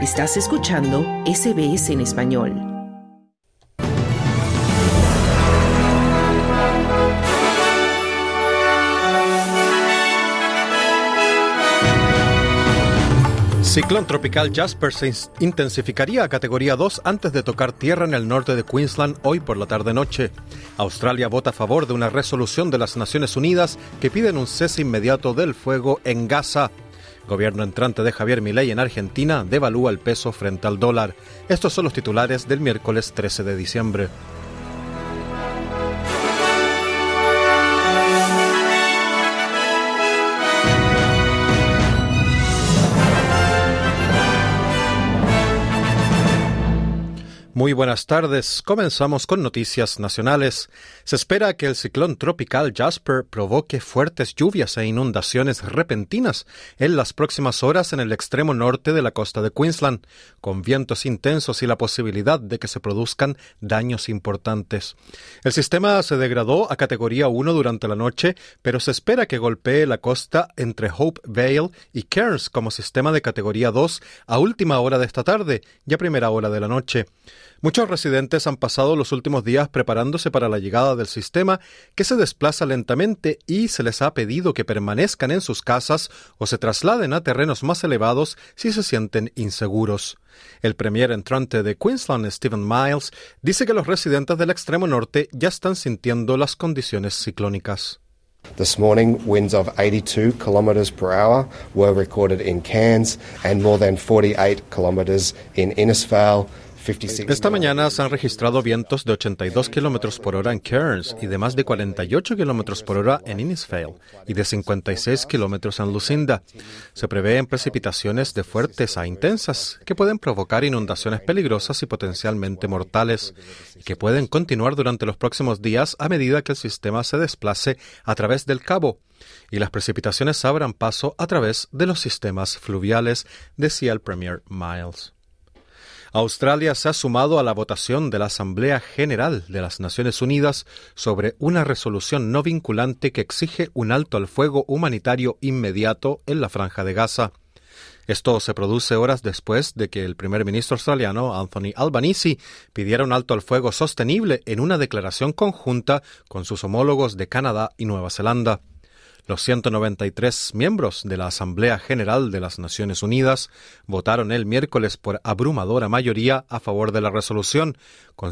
Estás escuchando SBS en español. Ciclón tropical Jasper se intensificaría a categoría 2 antes de tocar tierra en el norte de Queensland hoy por la tarde-noche. Australia vota a favor de una resolución de las Naciones Unidas que piden un cese inmediato del fuego en Gaza. Gobierno entrante de Javier Milei en Argentina devalúa el peso frente al dólar. Estos son los titulares del miércoles 13 de diciembre. Muy buenas tardes. Comenzamos con noticias nacionales. Se espera que el ciclón tropical Jasper provoque fuertes lluvias e inundaciones repentinas en las próximas horas en el extremo norte de la costa de Queensland, con vientos intensos y la posibilidad de que se produzcan daños importantes. El sistema se degradó a categoría 1 durante la noche, pero se espera que golpee la costa entre Hope Vale y Cairns como sistema de categoría 2 a última hora de esta tarde y a primera hora de la noche. Muchos residentes han pasado los últimos días preparándose para la llegada del sistema, que se desplaza lentamente, y se les ha pedido que permanezcan en sus casas o se trasladen a terrenos más elevados si se sienten inseguros. El premier entrante de Queensland, Stephen Miles, dice que los residentes del extremo norte ya están sintiendo las condiciones ciclónicas. This morning, winds of 82 kilometres per hour were recorded in Cairns and more than 48 kilometres in Innisfail. Esta mañana se han registrado vientos de 82 kilómetros por hora en Cairns y de más de 48 kilómetros por hora en Innisfail y de 56 kilómetros en Lucinda. Se prevén precipitaciones de fuertes a intensas que pueden provocar inundaciones peligrosas y potencialmente mortales, y que pueden continuar durante los próximos días a medida que el sistema se desplace a través del cabo y las precipitaciones abran paso a través de los sistemas fluviales, decía el premier Miles. Australia se ha sumado a la votación de la Asamblea General de las Naciones Unidas sobre una resolución no vinculante que exige un alto al fuego humanitario inmediato en la Franja de Gaza. Esto se produce horas después de que el primer ministro australiano, Anthony Albanese, pidiera un alto al fuego sostenible en una declaración conjunta con sus homólogos de Canadá y Nueva Zelanda. Los 193 miembros de la Asamblea General de las Naciones Unidas votaron el miércoles por abrumadora mayoría a favor de la resolución, con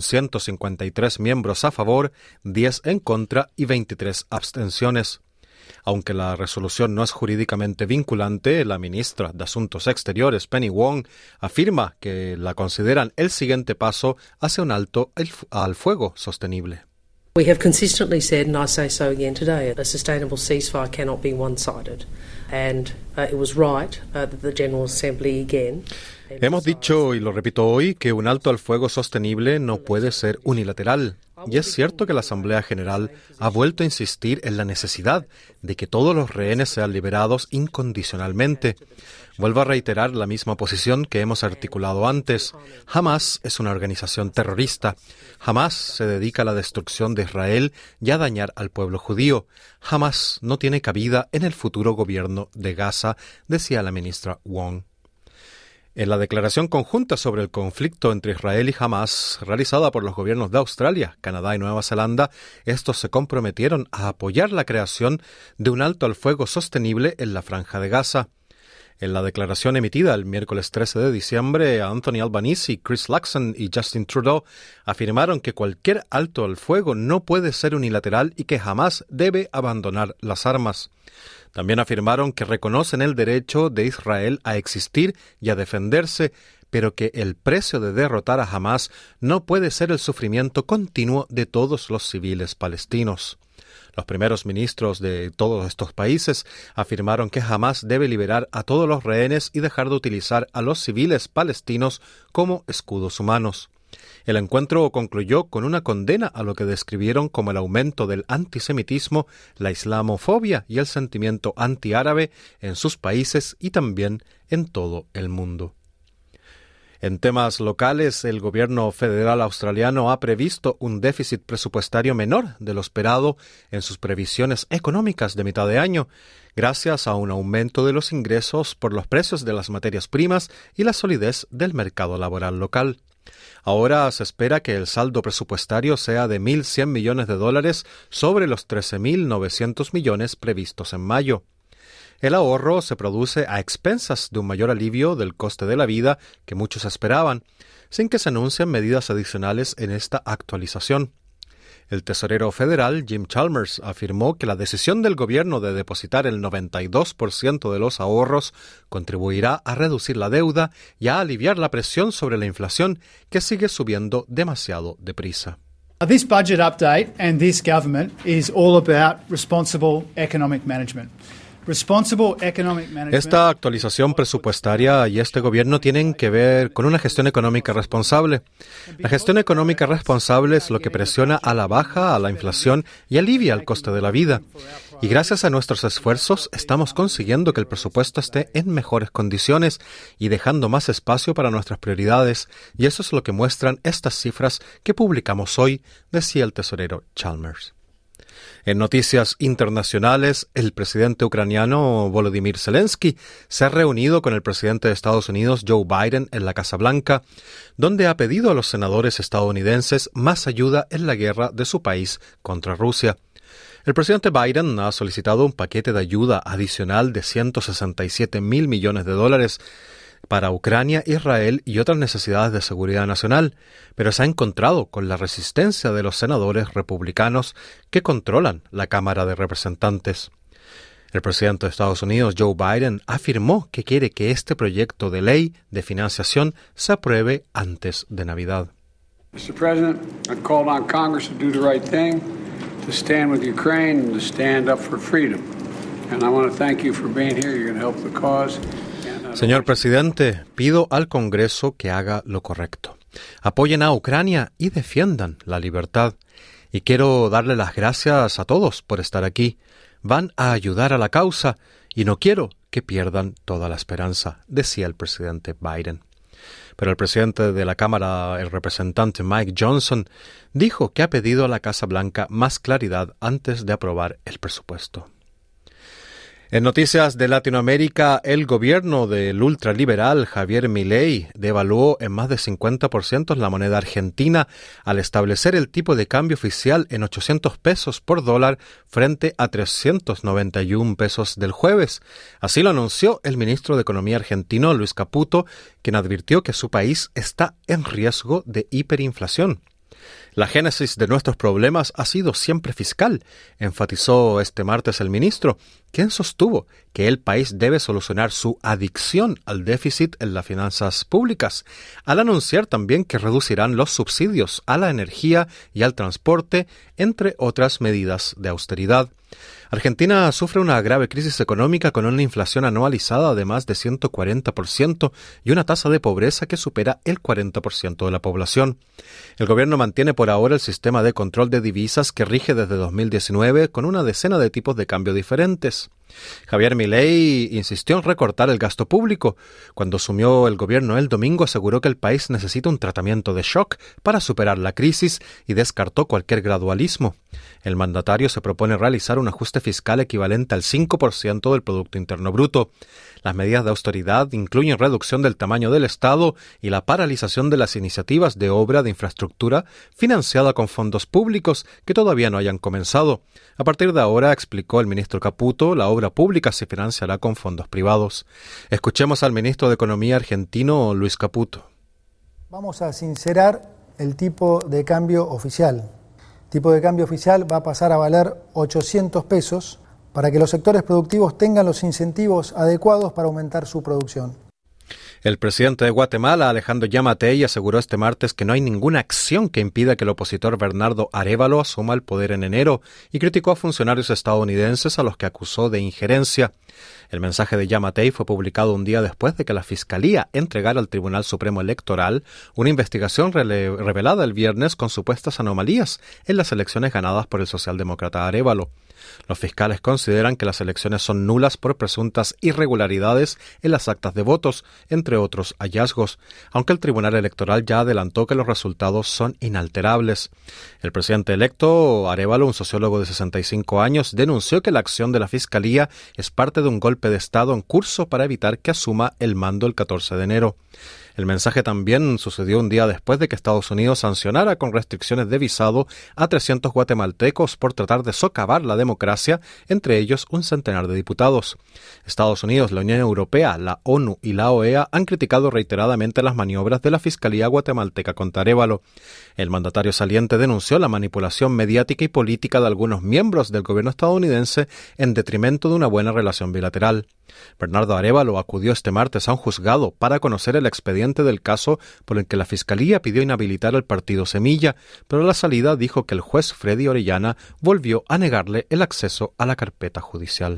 153 miembros a favor, 10 en contra y 23 abstenciones. Aunque la resolución no es jurídicamente vinculante, la ministra de Asuntos Exteriores, Penny Wong, afirma que la consideran el siguiente paso hacia un alto al fuego sostenible. We have consistently said, and I say so again today, a sustainable ceasefire cannot be one-sided. And it was right that the General Assembly again... Hemos dicho, y lo repito hoy, que un alto al fuego sostenible no puede ser unilateral. Y es cierto que la Asamblea General ha vuelto a insistir en la necesidad de que todos los rehenes sean liberados incondicionalmente. Vuelvo a reiterar la misma posición que hemos articulado antes. Hamás es una organización terrorista. Hamás se dedica a la destrucción de Israel y a dañar al pueblo judío. Hamás no tiene cabida en el futuro gobierno de Gaza, decía la ministra Wong. En la declaración conjunta sobre el conflicto entre Israel y Hamás, realizada por los gobiernos de Australia, Canadá y Nueva Zelanda, estos se comprometieron a apoyar la creación de un alto al fuego sostenible en la Franja de Gaza. En la declaración emitida el miércoles 13 de diciembre, Anthony Albanese, Chris Luxon y Justin Trudeau afirmaron que cualquier alto al fuego no puede ser unilateral y que jamás debe abandonar las armas. También afirmaron que reconocen el derecho de Israel a existir y a defenderse, pero que el precio de derrotar a Hamás no puede ser el sufrimiento continuo de todos los civiles palestinos. Los primeros ministros de todos estos países afirmaron que Hamás debe liberar a todos los rehenes y dejar de utilizar a los civiles palestinos como escudos humanos. El encuentro concluyó con una condena a lo que describieron como el aumento del antisemitismo, la islamofobia y el sentimiento antiárabe en sus países y también en todo el mundo. En temas locales, el gobierno federal australiano ha previsto un déficit presupuestario menor de lo esperado en sus previsiones económicas de mitad de año, gracias a un aumento de los ingresos por los precios de las materias primas y la solidez del mercado laboral local. Ahora se espera que el saldo presupuestario sea de $1.100 millones sobre los 13.900 millones previstos en mayo. El ahorro se produce a expensas de un mayor alivio del coste de la vida que muchos esperaban, sin que se anuncien medidas adicionales en esta actualización. El tesorero federal, Jim Chalmers, afirmó que la decisión del gobierno de depositar el 92% de los ahorros contribuirá a reducir la deuda y a aliviar la presión sobre la inflación, que sigue subiendo demasiado deprisa. This budget update and this government is all about responsible economic management. Esta actualización presupuestaria y este gobierno tienen que ver con una gestión económica responsable. La gestión económica responsable es lo que presiona a la baja a la inflación y alivia el coste de la vida. Y gracias a nuestros esfuerzos estamos consiguiendo que el presupuesto esté en mejores condiciones y dejando más espacio para nuestras prioridades. Y eso es lo que muestran estas cifras que publicamos hoy, decía el tesorero Chalmers. En noticias internacionales, el presidente ucraniano Volodymyr Zelensky se ha reunido con el presidente de Estados Unidos, Joe Biden, en la Casa Blanca, donde ha pedido a los senadores estadounidenses más ayuda en la guerra de su país contra Rusia. El presidente Biden ha solicitado un paquete de ayuda adicional de $167 mil millones para Ucrania, Israel y otras necesidades de seguridad nacional, pero se ha encontrado con la resistencia de los senadores republicanos que controlan la Cámara de Representantes. El presidente de Estados Unidos, Joe Biden, afirmó que quiere que este proyecto de ley de financiación se apruebe antes de Navidad. Mr. President, I called on Congress to do the right thing, to stand with Ukraine and to stand up for freedom. And I want to thank you for being here. You're going to help the cause. Señor presidente, pido al Congreso que haga lo correcto. Apoyen a Ucrania y defiendan la libertad. Y quiero darle las gracias a todos por estar aquí. Van a ayudar a la causa y no quiero que pierdan toda la esperanza, decía el presidente Biden. Pero el presidente de la Cámara, el representante Mike Johnson, dijo que ha pedido a la Casa Blanca más claridad antes de aprobar el presupuesto. En noticias de Latinoamérica, el gobierno del ultraliberal Javier Milei devaluó en más de 50% la moneda argentina al establecer el tipo de cambio oficial en 800 pesos por dólar frente a 391 pesos del jueves. Así lo anunció el ministro de Economía argentino, Luis Caputo, quien advirtió que su país está en riesgo de hiperinflación. La génesis de nuestros problemas ha sido siempre fiscal, enfatizó este martes el ministro, quien sostuvo que el país debe solucionar su adicción al déficit en las finanzas públicas, al anunciar también que reducirán los subsidios a la energía y al transporte, entre otras medidas de austeridad. Argentina sufre una grave crisis económica con una inflación anualizada de más de 140% y una tasa de pobreza que supera el 40% de la población. El gobierno mantiene por ahora el sistema de control de divisas que rige desde 2019 con una decena de tipos de cambio diferentes. Javier Milei insistió en recortar el gasto público. Cuando asumió el gobierno el domingo, aseguró que el país necesita un tratamiento de shock para superar la crisis y descartó cualquier gradualismo. El mandatario se propone realizar un ajuste fiscal equivalente al 5% del Producto Interno Bruto. Las medidas de austeridad incluyen reducción del tamaño del Estado y la paralización de las iniciativas de obra de infraestructura financiada con fondos públicos que todavía no hayan comenzado. A partir de ahora, explicó el ministro Caputo, la obra pública se financiará con fondos privados. Escuchemos al ministro de Economía argentino, Luis Caputo. Vamos a sincerar el tipo de cambio oficial. El tipo de cambio oficial va a pasar a valer 800 pesos para que los sectores productivos tengan los incentivos adecuados para aumentar su producción. El presidente de Guatemala, Alejandro Yamatei, aseguró este martes que no hay ninguna acción que impida que el opositor Bernardo Arévalo asuma el poder en enero y criticó a funcionarios estadounidenses a los que acusó de injerencia. El mensaje de Yamatei fue publicado un día después de que la Fiscalía entregara al Tribunal Supremo Electoral una investigación revelada el viernes con supuestas anomalías en las elecciones ganadas por el socialdemócrata Arévalo. Los fiscales consideran que las elecciones son nulas por presuntas irregularidades en las actas de votos, entre entre otros hallazgos, aunque el Tribunal Electoral ya adelantó que los resultados son inalterables. El presidente electo, Arévalo, un sociólogo de 65 años, denunció que la acción de la Fiscalía es parte de un golpe de Estado en curso para evitar que asuma el mando el 14 de enero. El mensaje también sucedió un día después de que Estados Unidos sancionara con restricciones de visado a 300 guatemaltecos por tratar de socavar la democracia, entre ellos un centenar de diputados. Estados Unidos, la Unión Europea, la ONU y la OEA han criticado reiteradamente las maniobras de la Fiscalía guatemalteca contra Arévalo. El mandatario saliente denunció la manipulación mediática y política de algunos miembros del gobierno estadounidense en detrimento de una buena relación bilateral. Bernardo Arévalo acudió este martes a un juzgado para conocer el expediente del caso por el que la Fiscalía pidió inhabilitar al partido Semilla, pero a la salida dijo que el juez Freddy Orellana volvió a negarle el acceso a la carpeta judicial.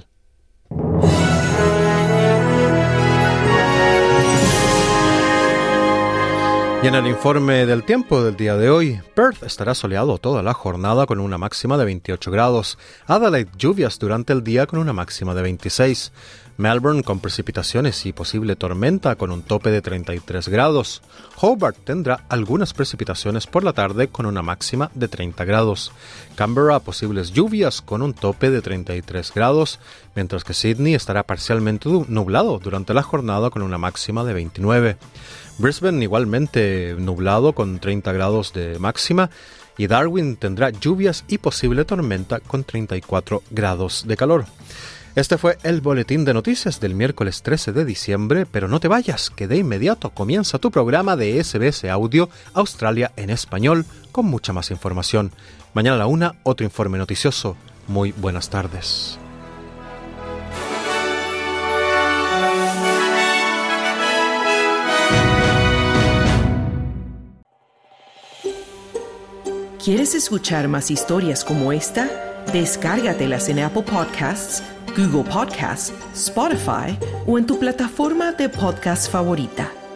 Y en el informe del tiempo del día de hoy, Perth estará soleado toda la jornada con una máxima de 28 grados. Adelaide, lluvias durante el día con una máxima de 26. Melbourne con precipitaciones y posible tormenta con un tope de 33 grados. Hobart tendrá algunas precipitaciones por la tarde con una máxima de 30 grados. Canberra posibles lluvias con un tope de 33 grados, mientras que Sydney estará parcialmente nublado durante la jornada con una máxima de 29. Brisbane igualmente nublado con 30 grados de máxima y Darwin tendrá lluvias y posible tormenta con 34 grados de calor. Este fue el boletín de noticias del miércoles 13 de diciembre, pero no te vayas, que de inmediato comienza tu programa de SBS Audio Australia en español con mucha más información. Mañana a la 1, otro informe noticioso. Muy buenas tardes. ¿Quieres escuchar más historias como esta? Descárgatelas en Apple Podcasts, Google Podcasts, Spotify o en tu plataforma de podcast favorita.